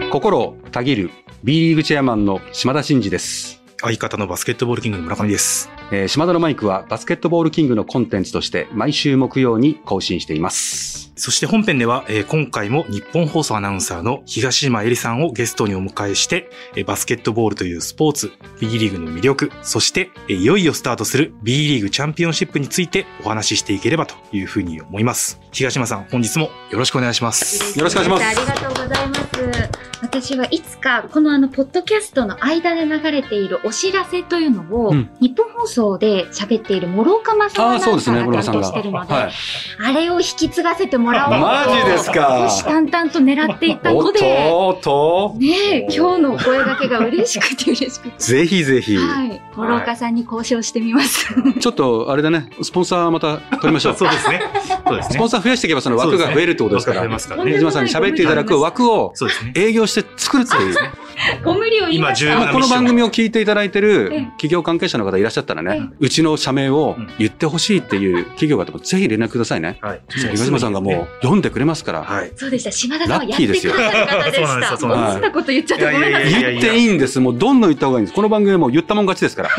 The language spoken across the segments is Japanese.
心をたぎる B リーグチェアマンの島田真二です。 相方のバスケットボールキングの村上です。 島田のマイクはバスケットボールキングのコンテンツとして毎週木曜に更新しています。 そして本編では、今回も日本放送アナウンサーの東島えりさんをゲストにお迎えして、バスケットボールというスポーツ、B リーグの魅力、そしていよいよスタートする B リーグチャンピオンシップについてお話ししていければというふうに思います。東島さん、本日もよろしくお願いします。 よろしくお願いします。 ありがとうございます。私はいつかこのポッドキャストの間で流れているお知らせというのを、日本放送で喋っている諸岡正アナウンサーが担当しているので、あれを引き継がせてもらおうとマジですか。 虎視眈々と狙っていたので、ね、今日のお声掛けが嬉しくてぜひぜひ、 諸岡さんに交渉してみます。 ちょっとあれだね、スポンサーまた取りましょう。 そうですね。 スポンサー増やしていけばその枠が増えるってことですから、島さんに喋っていただく枠を営業して作るっていう。 ご無理を言いました。 この番組を聞いていただいてる企業関係者の方いらっしゃったらね、うちの社名を言ってほしいっていう企業があってもぜひ連絡くださいね。東島さんがもう読んでくれますから。 そうでした。島田さんはやってくださる方でした。そんなこと言っちゃってごめんなさい。 言っていいんです。もうどんどん言った方がいいんです。この番組はもう言ったもん勝ちですから。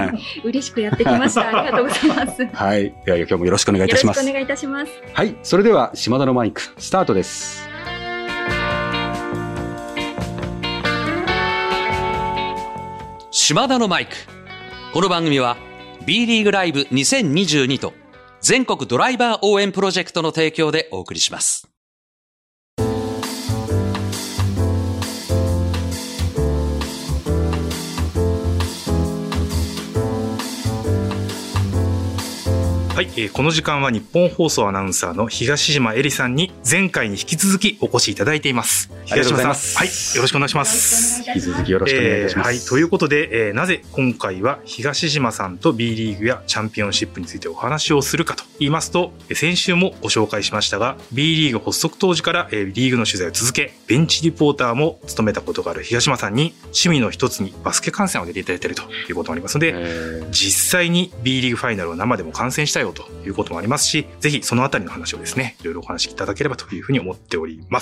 嬉しくやってきました。ありがとうございます。 はい。では今日もよろしくお願いいたします。 よろしくお願いいたします。 はい。それでは島田のマイクスタートです。 島田のマイク。この番組は B リーグライブ2022と全国ドライバー応援プロジェクトの提供でお送りします。 はい、この時間は日本放送アナウンサーの東島えりさんに前回に引き続きお越しいただいています。東島さん、はい、よろしくお願いします。 引き続きよろしくお願いいたします。 はい、ということで、なぜ今回は東島さんと B リーグやチャンピオンシップについてお話をするかと言いますと、先週もご紹介しましたが B リーグ発足当時からリーグの取材を続け、ベンチリポーターも務めたことがある東島さんに趣味の一つにバスケ観戦を出ていただいているということもありますので、実際に B リーグファイナルを生でも観戦したいということもありますし、ぜひそのあたりの話をですね、いろいろお話しいただければというふうに思っております。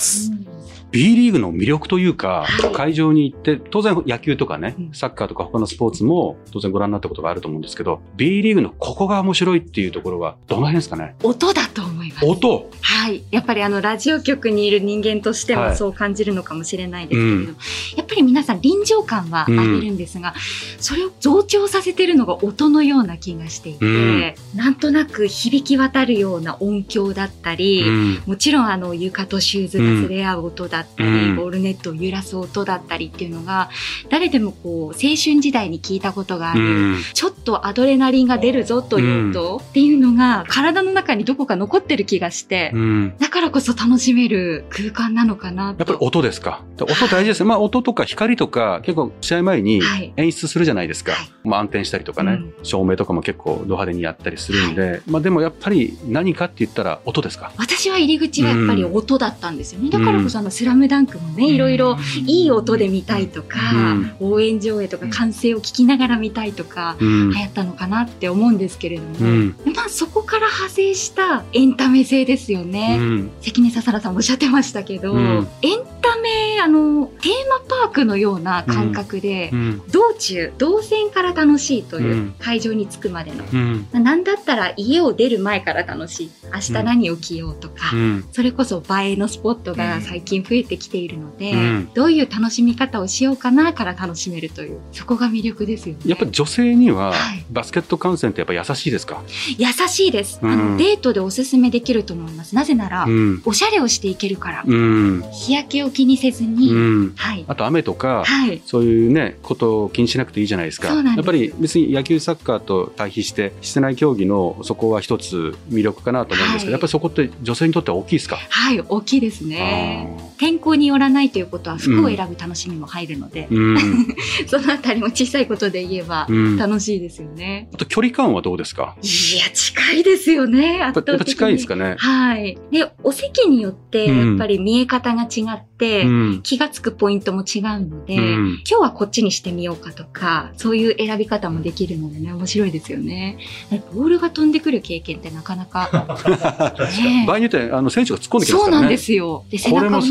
B リーグの魅力というか、会場に行って当然野球とかね、サッカーとか他のスポーツも当然ご覧になったことがあると思うんですけど、 B リーグのここが面白いっていうところはどの辺ですかね。 音だと思います。 音、 はい、やっぱりラジオ局にいる人間としてもそう感じるのかもしれないですけれど、やっぱり皆さん臨場感はあげるんですが、それを増長させてるのが音のような気がしていて、なんとなく響き渡るような音響だったり、もちろん床とシューズがずれ合う音だったり、ボールネットを揺らす音だったりっていうのが誰でもこう青春時代に聞いたことがある、ちょっとアドレナリンが出るぞという音っていうのが体の中にどこか残ってる気がして、だからこそ楽しめる空間なのかなと。 やっぱり音ですか。音大事ですね。音とか光とか結構試合前に演出するじゃないですか。暗転したりとかね、照明とかも結構ド派手にやったりするんで、でもやっぱり何かって言ったら音ですか。 私は入り口はやっぱり音だったんですよね。だからこそスラムダンクもね、いろいろいい音で見たいとか、応援上映とか歓声を聞きながら見たいとか、流行ったのかなって思うんですけれども、そこから派生したエンタメ性ですよね。関根笹原さんもおっしゃってましたけど、エンタメ、テーマパークのような感覚で、道中動線から楽しいという、会場に着くまでの、なんだったら家を出る前から楽しい、明日何を着ようとか、それこそ映えのスポットが最近増えてきているので、どういう楽しみ方をしようかなから楽しめるという、そこが魅力ですよね。 やっぱり女性にはバスケット観戦ってやっぱ優しいですか。 優しいです。デートでおすすめできると思います。なぜなら、おしゃれをしていけるから、日焼けを気にせずに、 あと雨とか、そういうねことを気にしなくていいじゃないですか。やっぱり別に野球サッカーと対比して室内競技のそこは一つ魅力かなと思うんですけど、やっぱりそこって女性にとっては大きいですか。 はい、大きいですね。天候によらないということは服を選ぶ楽しみも入るので、そのあたりも小さいことで言えば楽しいですよね。 あと距離感はどうですか。 いや、近いですよね。圧倒的に。 やっぱ近いですかね。 はい。で、お席によってやっぱり見え方が違って、気がつくポイントも違うので、今日はこっちにしてみようかとか、そういう選び方もできるのでね、面白いですよね。ボールが飛んでくる経験ってなかなか、 場合によって選手が突っ込んできますからね。 そうなんですよ。で、背中を押し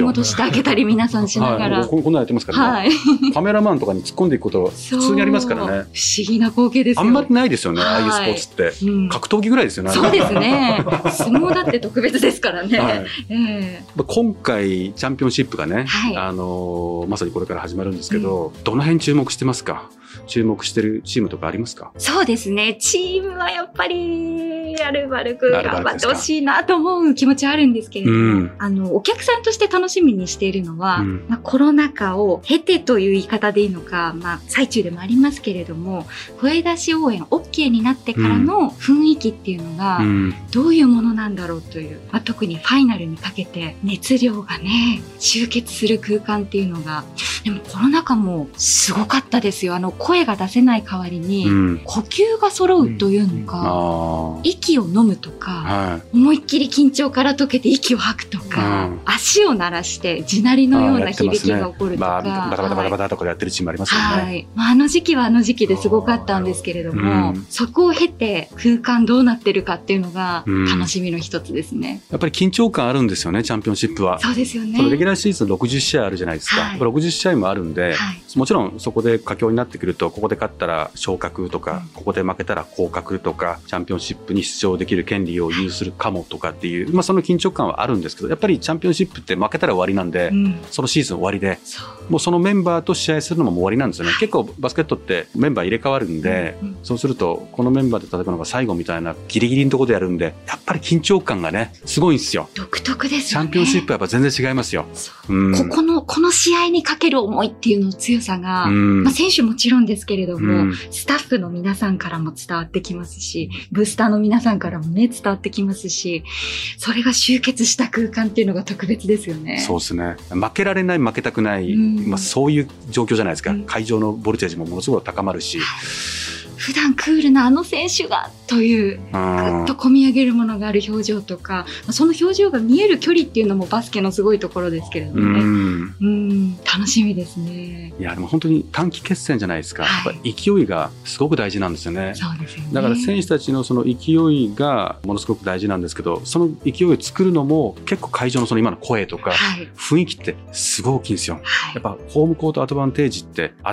戻してあげたり皆さんしながら。 こんなやってますからね。カメラマンとかに突っ込んでいくこと普通にありますからね。 不思議な光景ですよ。 あんまりないですよね、ああいうスポーツって。格闘技ぐらいですよね。 そうですね。相撲だって特別ですからね。 今回チャンピオンシップがね、まさにこれから始まるんですけど、どの辺注目してますか？注目してるチームとかありますか？ そうですね。チームはやっぱりアルバルク頑張ってほしいなと思う気持ちはあるんですけれども、お客さんとして楽しみにしているのは、コロナ禍を経てという言い方でいいのか、最中でもありますけれども、声出し応援 OK になってからの雰囲気っていうのがどういうものなんだろうという、特にファイナルにかけて熱量がね集結する空間っていうのが、でもコロナ禍もすごかったですよ。声が出せない代わりに、呼吸が揃うというのか、息を飲むとか、思いっきり緊張から解けて息を吐くとか、足を鳴らして地鳴りのような響きが起こるとか、 バタバタバタバタとかやってるチームありますよね。 あの時期はあの時期ですごかったんですけれども、そこを経て空間どうなってるかっていうのが楽しみの一つですね。 やっぱり緊張感あるんですよね、チャンピオンシップは。 そうですよね。 レギュラーシーズン60試合あるじゃないですか。60試合もあるんで、もちろんそこで佳境になってくると、ここで勝ったら昇格とか、ここで負けたら降格とか、チャンピオンシップに出場できる権利を有するかもとかっていう、その緊張感はあるんですけど、やっぱりチャンピオンシップって負けたら終わりなんで、そのシーズン終わりで、もうそのメンバーと試合するのも終わりなんですよね。結構バスケットってメンバー入れ替わるんで、そうするとこのメンバーで戦うのが最後みたいなギリギリのところでやるんで、やっぱり緊張感がねすごいんですよ。 独特ですよね。 チャンピオンシップはやっぱ全然違いますよ。 この試合にかける思いっていうの強さが、選手もちろんですけれども、スタッフの皆さんからも伝わってきますし、ブースターの皆さんからもね伝わってきますし、それが集結した空間っていうのが特別ですよね。 そうですね。負けられない、負けたくない、そういう状況じゃないですか。会場のボルテージもものすごく高まるし、 普段クールなあの選手がというぐっと込み上げるものがある表情とか、その表情が見える距離っていうのもバスケのすごいところですけれどもね。楽しみですね。 いやでも本当に短期決戦じゃないですか。やっぱ勢いがすごく大事なんですよね。 そうですよね。 だから選手たちのその勢いがものすごく大事なんですけど、その勢いを作るのも結構会場のその今の声とか雰囲気ってすごい大きいんですよ。やっぱホームコートアドバンテージってあって、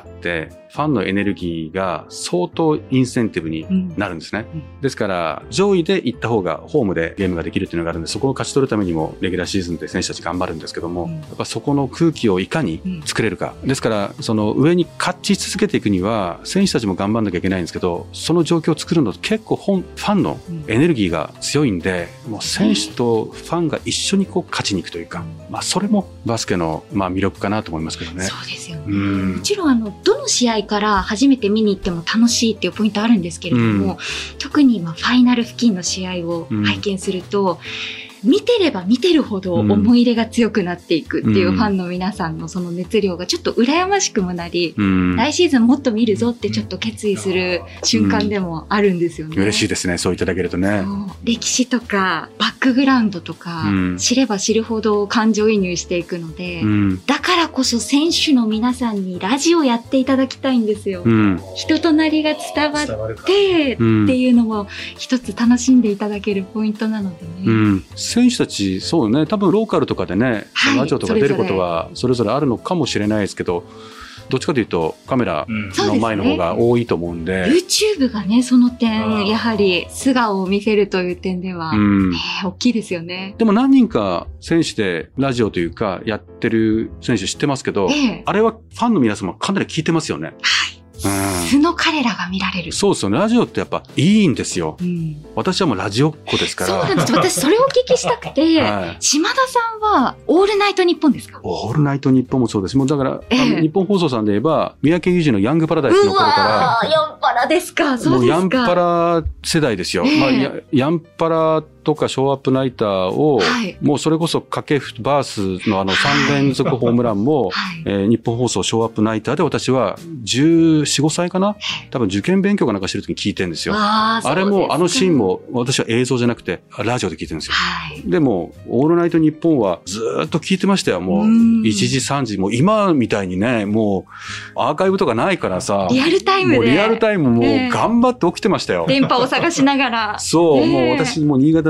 ファンのエネルギーが相当インセンティブになるんですね。ですから上位で行った方がホームでゲームができるっていうのがあるんで、そこを勝ち取るためにもレギュラーシーズンで選手たち頑張るんですけども、やっぱそこの空気をいかに作れるか。ですからその上に勝ち続けていくには選手たちも頑張んなきゃいけないんですけど、その状況を作るの結構ファンのエネルギーが強いんで、もう選手とファンが一緒にこう勝ちに行くというか、それもバスケの魅力かなと思いますけどね。 そうですよね。もちろんどの試合から初めて見に行っても楽しいっていうポイントあるんですけれども、特にファイナル付近の試合を拝見すると、見てれば見てるほど思い入れが強くなっていくっていうファンの皆さんのその熱量がちょっと羨ましくもなり、来シーズンもっと見るぞってちょっと決意する瞬間でもあるんですよね。 嬉しいですね、そういただけるとね。 歴史とかバックグラウンドとか、知れば知るほど感情移入していくので、だからこそ選手の皆さんにラジオやっていただきたいんですよ。人となりが伝わってっていうのも一つ楽しんでいただけるポイントなのでね。 選手たち、そうね、多分ローカルとかでね、ラジオとか出ることはそれぞれあるのかもしれないですけど、どっちかというとカメラの前の方が多いと思うんで、 YouTube がね、その点やはり素顔を見せるという点では、大きいですよね。 でも何人か選手でラジオというかやってる選手知ってますけど、あれはファンの皆様かなり聞いてますよね。 素の彼らが見られる。 そうですよね。ラジオってやっぱいいんですよ。私はもうラジオっ子ですから。 そうなんです。私それをお聞きしたくて、島田さんはオールナイトニッポンですか？ オールナイトニッポンもそうです。もうだから、日本放送さんで言えば三宅裕司のヤングパラダイスの頃から。 ヤンパラですか？そうですか。 もうヤンパラ世代ですよ。ヤンパラとかショーアップナイターを、もうそれこそ掛布バースの3連続ホームランも、日本放送ショーアップナイターで私は14、15歳かな、多分受験勉強かなんかしてる時に聞いてるんですよ。あれもあのシーンも私は映像じゃなくてラジオで聞いてるんですよ。でもオールナイトニッポンはずっと聞いてましたよ。もう1時3時、もう今みたいにね、もうアーカイブとかないからさ、 リアルタイムで、 もうリアルタイムもう頑張って起きてましたよ。 電波を探しながら。 そう、もう私もう新潟で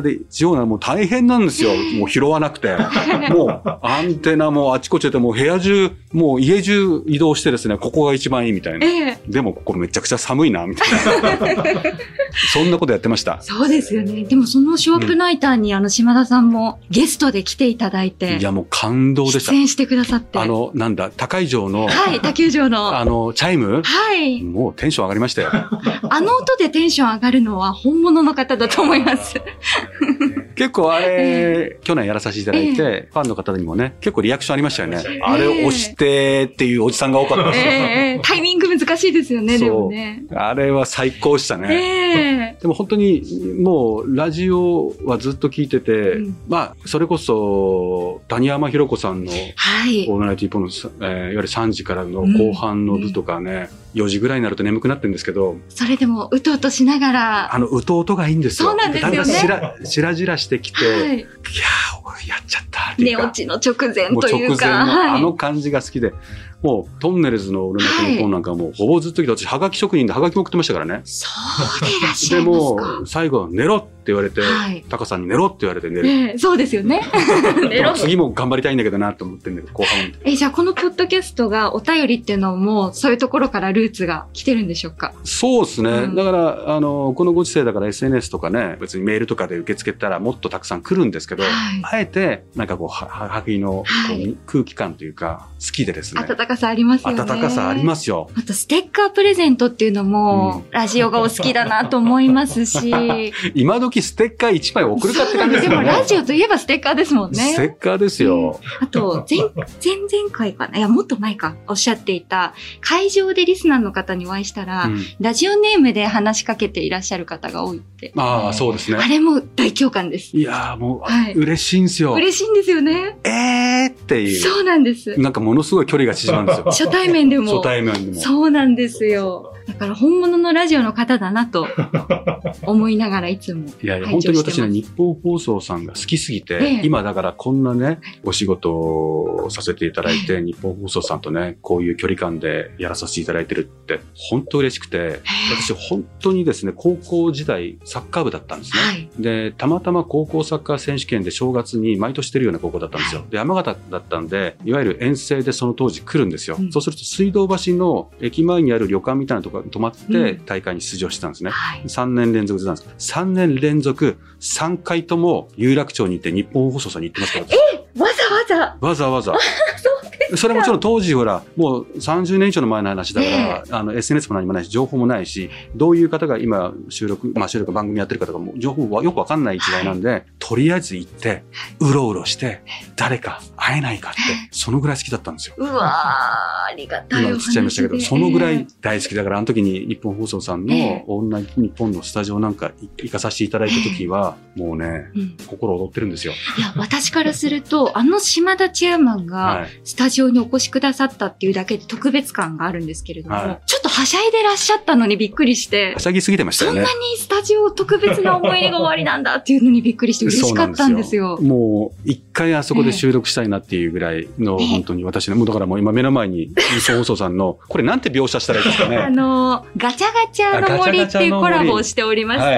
で地方ならもう大変なんですよ。もう拾わなくて。もうアンテナもあちこちでもう部屋中、もう家中移動してですね、ここが一番いいみたいな。でもここめちゃくちゃ寒いな、みたいな。そんなことやってました。 そうですよね。でもそのショーアップナイターに島田さんもゲストで来ていただいて。 いやもう感動でした。 出演してくださって。 なんだ、高井城の。 はい、他球場の。 チャイム？ はい。 もうテンション上がりましたよ。 音でテンション上がるのは本物の方だと思います。 結構あれ、去年やらさせていただいて、ファンの方にもね、結構リアクションありましたよね。あれ押してっていうおじさんが多かったですよ。 タイミング難しいですよね、でもね。 あれは最高でしたね。でも本当にもうラジオはずっと聞いてて、まあ、それこそ谷山ひろ子さんのオールナイトニッポンの、いわゆる3時からの後半の部とかね、4時ぐらいになると眠くなってるんですけど。 それでもうとうとしながら。 うとうとがいいんですよ。 そうなんですよね。 だんだんしらじらしてきて、いやー、俺やっちゃったっていうか。 寝落ちの直前というか。 直前の感じが好きで、もうトンネルズのオールナイトニッポンなんかもうほぼずっと私はがき職人ではがきも送ってましたからね。 そうでいらっしゃいますか。 でも最後は寝ろって言われて、タカさんに寝ろって言われて寝る。 そうですよね。 寝ろ。次も頑張りたいんだけどなと思ってんだけど、後半。 じゃあこのポッドキャストがお便りっていうのもそういうところからルーツが来てるんでしょうか？ そうですね。だからこのご時世だから SNS とかね、別にメールとかで受け付けたらもっとたくさん来るんですけど、あえてなんかこうはがきの空気感というか好きでですね。 温かさありますよね。 温かさありますよ。 あとステッカープレゼントっていうのも、ラジオがお好きだなと思いますし。 今時ステッカー1枚送るかって感じですよね。 でもラジオといえばステッカーですもんね。 ステッカーですよ。 あと、前々回かな、いや、もっと前か、おっしゃっていた、会場でリスナーの方にお会いしたら、ラジオネームで話しかけていらっしゃる方が多いって。 ああ、そうですね。 あれも大共感です。 いやーもう、嬉しいんですよ。 嬉しいんですよね。 っていう。 そうなんです。 なんかものすごい距離が縮まるんですよ。 初対面でも。 初対面でも。 そうなんですよ。だから本物のラジオの方だなと思いながらいつも。 いやいや、本当に私ね、日本放送さんが好きすぎて、今だからこんなね、お仕事をさせていただいて、日本放送さんとね、こういう距離感でやらさせていただいてるって、本当嬉しくて、私本当にですね、高校時代サッカー部だったんですね。で、たまたま高校サッカー選手権で正月に毎年出るような高校だったんですよ。で、山形だったんで、いわゆる遠征でその当時来るんですよ。そうすると水道橋の駅前にある旅館みたいなところに泊まって大会に出場してたんですね。3年連続出たんですけど、3年連続3回とも有楽町に行って日本放送さんに行ってますから。わざわざ。それもちろん当時ほら、もう30年以上の前の話だから、SNS も何もないし、情報もないし、どういう方が今収録番組やってる方がもう情報はよくわかんない時代なんで、とりあえず行って、うろうろして、誰か会えないかって、そのぐらい好きだったんですよ。 うわー、ありがたいお話で。 今映っちゃいましたけど、そのぐらい大好きだから、あの時に日本放送さんのオンライン日本のスタジオなんか行かさせていただいた時は、もうね、心躍ってるんですよ。 いや、私からすると、島田チェアマンがスタジオにお越しくださったっていうだけで特別感があるんですけれども、ちょっとはしゃいでらっしゃったのにびっくりして、 はしゃぎすぎてましたよね。 そんなにスタジオ特別な思い出が終わりなんだっていうのにびっくりして嬉しかったんですよ。 もう一回あそこで収録したいなっていうぐらいの、本当に私ね、もうだからもう今目の前に日本放送さんの、これなんて描写したらいいですかね。 ガチャガチャの森っていうコラボをしておりまして、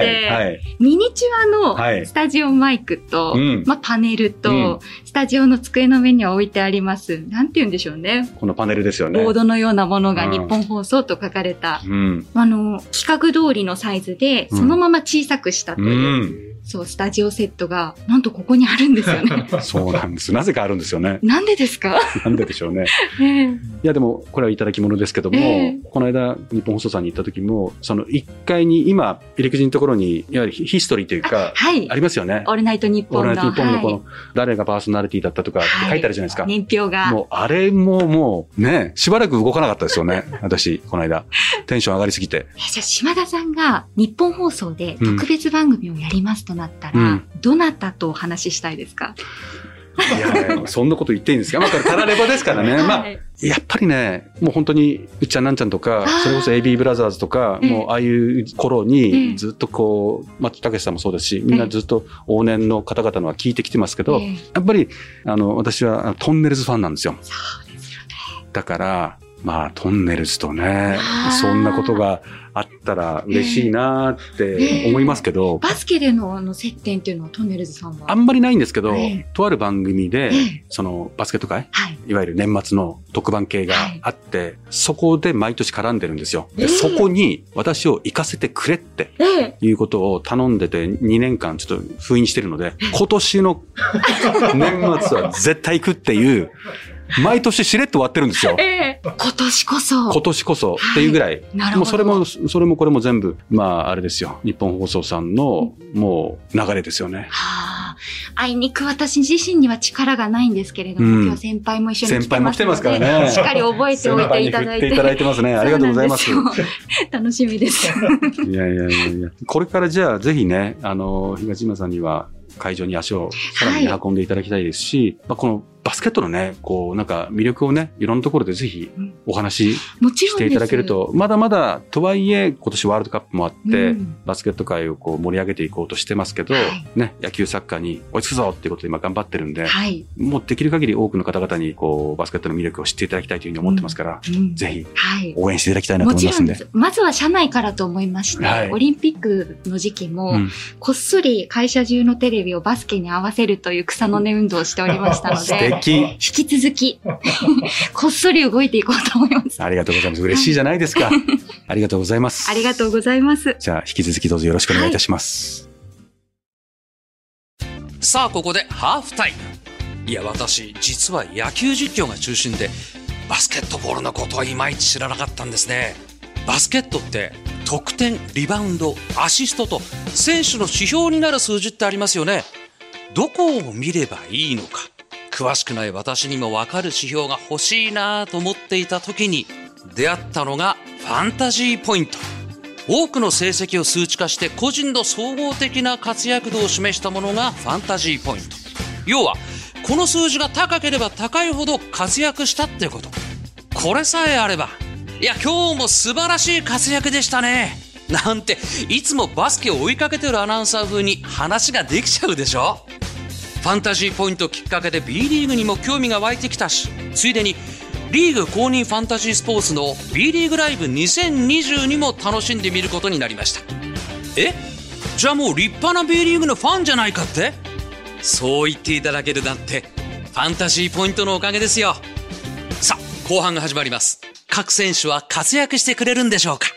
ミニチュアのスタジオマイクと、パネルと、スタジオの机の上には置いてあります。なんて言うんでしょうね。 このパネルですよね。 ボードのようなものが日本放送と書かれた、企画通りのサイズで、そのまま小さくしたという、そう、スタジオセットが、なんとここにあるんですよね。 そうなんです。なぜかあるんですよね。 なんでですか？ なんででしょうね。いや、でも、これはいただき物ですけども、この間、日本放送さんに行った時も、その1階に今、入り口のところに、いわゆるヒストリーというか、ありますよね。 オールナイトニッポンの。 オールナイトニッポンのこの、誰がパーソナリティだったとかって書いてあるじゃないですか。 年表が。 もう、あれもう、ね、しばらく動かなかったですよね。私、この間。テンション上がりすぎて。 じゃあ、島田さんが日本放送で特別番組をやりますとなったら、どなたとお話ししたいですか？ いや、そんなこと言っていいんですか？まあ、これ、たらればですからね。まあ、やっぱりね、もう本当に、うっちゃんなんちゃんとか、それこそ AB ブラザーズとか、もうああいう頃に、ずっとこう、松武さんもそうですし、みんなずっと往年の方々のは聞いてきてますけど、やっぱり、私はトンネルズファンなんですよ。 そうですよね。 だから、 トンネルズとね、そんなことがあったら嬉しいなって思いますけど、 バスケでの接点っていうのはトンネルズさんはあんまりないんですけど、とある番組で、そのバスケット界、いわゆる年末の特番系があって、そこで毎年絡んでるんですよ。でそこに私を行かせてくれっていうことを頼んでて2年間ちょっと封印してるので、今年の年末は絶対行くっていう、毎年しれっと終わってるんですよ。 今年こそっていうぐらい。もうそれもこれも全部、あれですよ。日本放送さんのもう流れですよね。 あいにく私自身には力がないんですけれども、今日は先輩も一緒に来てますので、 からね、 しっかり覚えておいていただいて。 振っていただいてますね。ありがとうございます。 楽しみです。 いや。これからじゃあぜひね、東島さんには会場に足をさらに運んでいただきたいですし、このバスケットのね、なんか魅力をね、いろんなところでぜひお話ししていただけると、まだまだとはいえ今年ワールドカップもあって、バスケット界を盛り上げていこうとしてますけど、ね、野球サッカーに追いつくぞっていうことで今頑張ってるんで、もうできる限り多くの方々にバスケットの魅力を知っていただきたいというふうに思ってますから、ぜひ応援していただきたいなと思いますんで。 まずは社内からと思いまして、オリンピックの時期も、こっそり会社中のテレビをバスケに合わせるという草の根運動をしておりましたので、引き続きこっそり動いていこうと思います。 ありがとうございます。嬉しいじゃないですか。ありがとうございます。 ありがとうございます。 じゃあ引き続きどうぞよろしくお願いいたします。 さあここでハーフタイム。いや私実は野球実況が中心でバスケットボールのことはいまいち知らなかったんですね。バスケットって得点、リバウンド、アシストと選手の指標になる数字ってありますよね。どこを見ればいいのか、詳しくない私にも分かる指標が欲しいなと思っていた時に出会ったのがファンタジーポイント。多くの成績を数値化して個人の総合的な活躍度を示したものがファンタジーポイント。要はこの数字が高ければ高いほど活躍したってこと。これさえあれば、いや今日も素晴らしい活躍でしたねなんていつもバスケを追いかけてるアナウンサー風に話ができちゃうでしょ。ファンタジーポイントきっかけで B リーグにも興味が湧いてきたし、ついでにリーグ公認ファンタジースポーツの B リーグライブ2022も楽しんでみることになりました。じゃあもう立派な B リーグのファンじゃないかって、そう言っていただけるなんてファンタジーポイントのおかげですよ。さあ後半が始まります。各選手は活躍してくれるんでしょうか。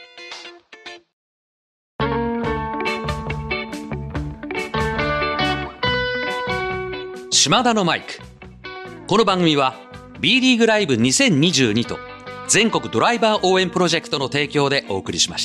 島田のマイク。この番組は B リーグライブ2022と全国ドライバー応援プロジェクトの提供でお送りしました。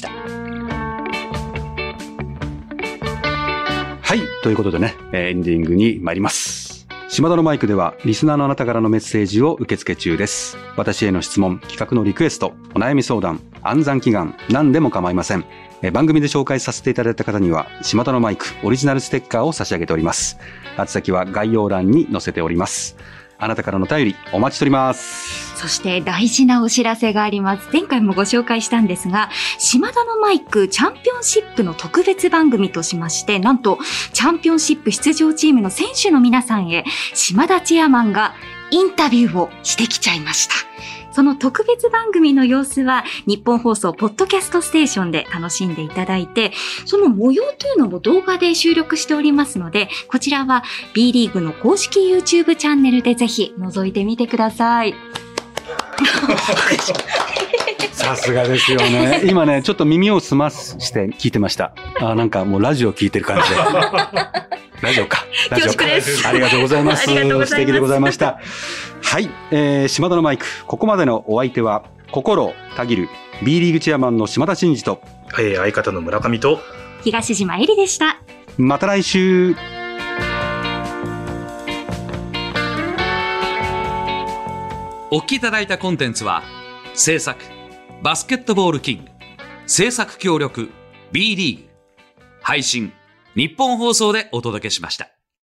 はい、ということでね、エンディングに参ります。島田のマイクではリスナーのあなたからのメッセージを受け付け中です。私への質問、企画のリクエスト、お悩み相談、暗算祈願、何でも構いません。番組で紹介させていただいた方には島田のマイクオリジナルステッカーを差し上げております。宛先は概要欄に載せております。あなたからの便りお待ちしております。 そして大事なお知らせがあります。前回もご紹介したんですが、島田のマイクチャンピオンシップの特別番組としまして、なんとチャンピオンシップ出場チームの選手の皆さんへ島田チェアマンがインタビューをしてきちゃいました。その特別番組の様子は日本放送ポッドキャストステーションで楽しんでいただいて、その模様というのも動画で収録しておりますので、こちらは B リーグの公式 YouTube チャンネルでぜひ覗いてみてください。 さすがですよね。今ねちょっと耳を澄まして聞いてました。なんかもうラジオ聞いてる感じで。ラジオか。 恐縮です。 ありがとうございます。素敵でございました。はい、島田のマイク、ここまでのお相手は心をたぎる B リーグチェアマンの島田真二と、 相方の村上と東島えりでした。 また来週。 お聞きいただいたコンテンツは制作バスケットボールキング、制作協力 B リーグ、配信日本放送でお届けしました。